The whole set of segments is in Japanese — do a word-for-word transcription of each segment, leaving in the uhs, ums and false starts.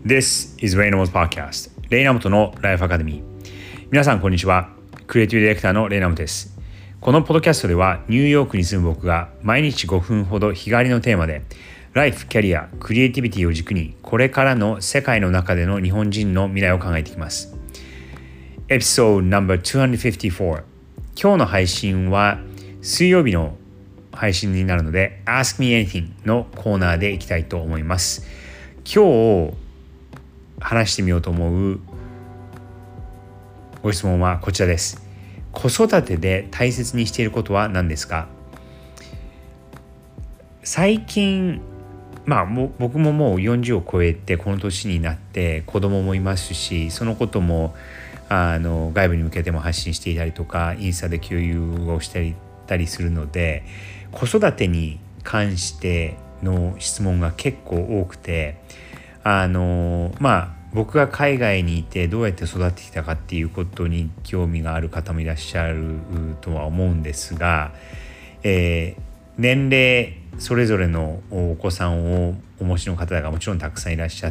This is Reynolds Podcast レイナモトのライフアカデミー。皆さんこんにちは。クリエイティブディレクターのレイナモトです。このポッドキャストではニューヨークに住む僕が毎日ごふんほど日替わりのテーマでライフ、キャリア、クリエイティビティを軸にこれからの世界の中での日本人の未来を考えていきます。エピソード ナンバーにひゃくごじゅうよん。今日の配信は水曜日の配信になるので Ask Me Anything のコーナーでいきたいと思います。今日話してみようと思うご質問はこちらです。子育てで大切にしていることは何ですか？最近まあも僕ももうよんじゅうを超えてこの年になって子供もいますし、そのこともあの外部に向けても発信していたりとかインスタで共有をしていたりするので、子育てに関しての質問が結構多くて、あのまあ僕が海外にいてどうやって育ってきたかっていうことに興味がある方もいらっしゃるとは思うんですが、えー、年齢それぞれのお子さんをお持ちの方がもちろんたくさんいらっしゃって、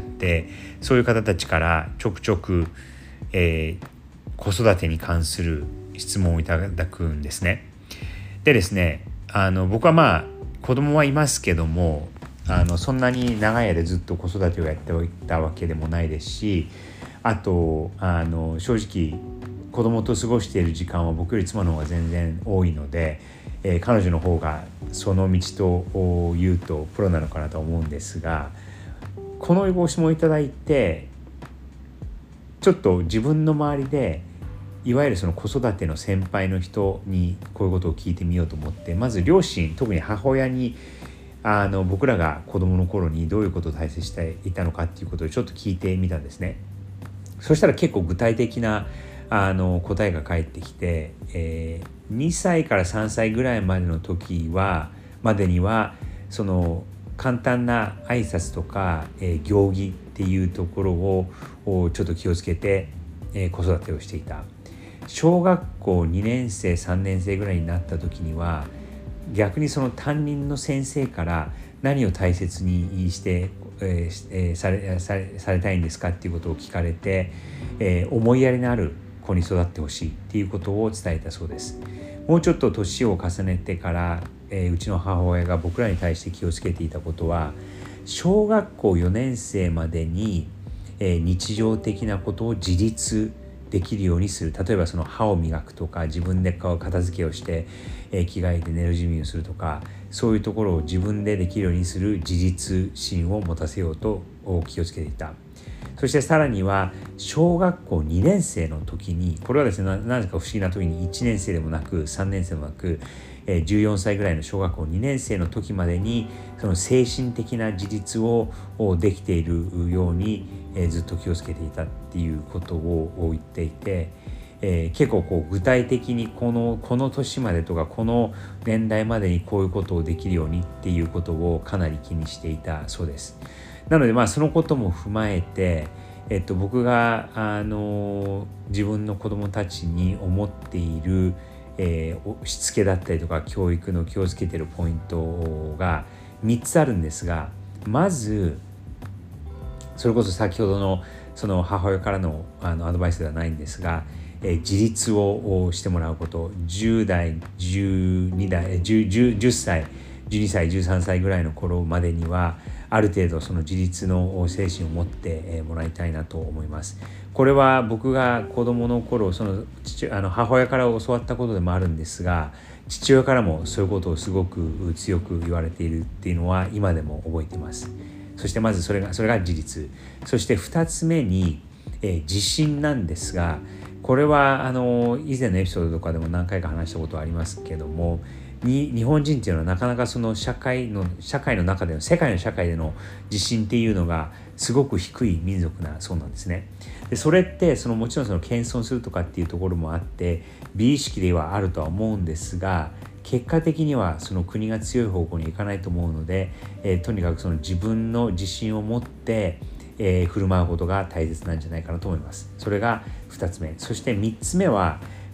そういう方たちからちょくちょく、えー、子育てに関する質問をいただくんですね。でですね、あの僕はまあ子供はいますけども、あのそんなに長い間ずっと子育てをやっておいたわけでもないですし、あとあの正直子供と過ごしている時間は僕より妻の方が全然多いので、えー、彼女の方がその道と言うとプロなのかなと思うんですが、このご質問いただいてちょっと自分の周りでいわゆるその子育ての先輩の人にこういうことを聞いてみようと思って、まず両親、特に母親にあの僕らが子供の頃にどういうことを大切にしていたのかっていうことをちょっと聞いてみたんですね。そしたら結構具体的なあの答えが返ってきて、えー、にさいからさんさいぐらいまでの時はまでにはその簡単な挨拶とか、えー、行儀っていうところをちょっと気をつけて、えー、子育てをしていた。小学校にねんせいさんねんせいぐらいになった時には逆にその担任の先生から何を大切にして、えー、され、され、されたいんですかっていうことを聞かれて、えー、思いやりのある子に育ってほしいっていうことを伝えたそうです。もうちょっと年を重ねてから、えー、うちの母親が僕らに対して気をつけていたことは、小学校よねんせいまでに、えー、日常的なことを自立できるようにする。例えばその歯を磨くとか、自分で顔片付けをして、えー、着替えて寝る準備をするとか、そういうところを自分でできるようにする自立心を持たせようと気をつけていた。そしてさらには小学校にねんせいの時に、これはですね、なぜか不思議な時にいちねんせいでもなくさんねんせいでもなく、じゅうよんさいぐらいの小学校にねんせいの時までにその精神的な自立をできているようにずっと気をつけていたっていうことを言っていて、えー、結構こう具体的にこのこの年までとかこの年代までにこういうことをできるようにっていうことをかなり気にしていたそうです。なのでまあそのことも踏まえて、えっと、僕があの自分の子どもたちに思っている、えー、しつけだったりとか教育の気をつけているポイントがみっつあるんですが、まずそれこそ先ほどのその母親からのあのアドバイスではないんですが、えー、自立をしてもらうこと。じゅうだい、じゅうにだい、じゅう、じゅう、じゅっさい、じゅうにさい、じゅうさんさいぐらいの頃までにはある程度その自立の精神を持ってもらいたいなと思います。これは僕が子供の頃その父あの母親から教わったことでもあるんですが、父親からもそういうことをすごく強く言われているっていうのは今でも覚えています。そしてまずそれがそれが自立。そしてふたつめに、えー、自信なんですが、これはあの以前のエピソードとかでも何回か話したことはありますけども、に日本人っていうのはなかなかその社会の社会の中での世界の社会での自信っていうのがすごく低い民族なそうなんですね。でそれってそのもちろんその謙遜するとかっていうところもあって美意識ではあるとは思うんですが、結果的にはその国が強い方向に行かないと思うので、えー、とにかくその自分の自信を持ってえー、振る舞うことが大切なんじゃないかなと思います。それがふたつめ。そしてみっつめは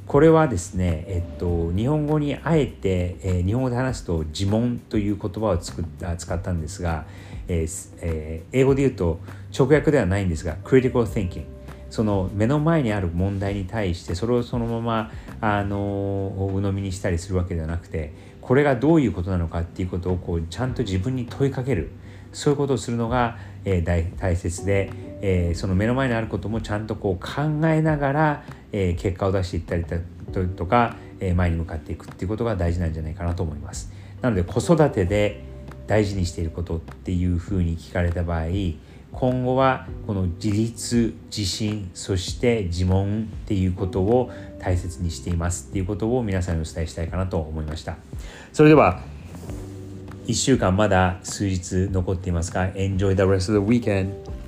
これはですね、えっと、日本語にあえて、えー、日本語で話すと自問という言葉を作った使ったんですが、えーえー、英語で言うと直訳ではないんですが critical thinking、 その目の前にある問題に対してそれをそのままあの鵜呑みにしたりするわけではなくて、これがどういうことなのかっていうことをこうちゃんと自分に問いかける、そういうことをするのが、えー、大, 大切で、えー、その目の前にあることもちゃんとこう考えながら、えー、結果を出していったりと, とか、えー、前に向かっていくっていうことが大事なんじゃないかなと思います。なので子育てで大事にしていることっていうふうに聞かれた場合、今後はこの自立、自信、そして自問っていうことを大切にしていますっていうことを皆さんにお伝えしたいかなと思いました。それではいっしゅうかんまだ数日残っていますが Enjoy the rest of the weekend!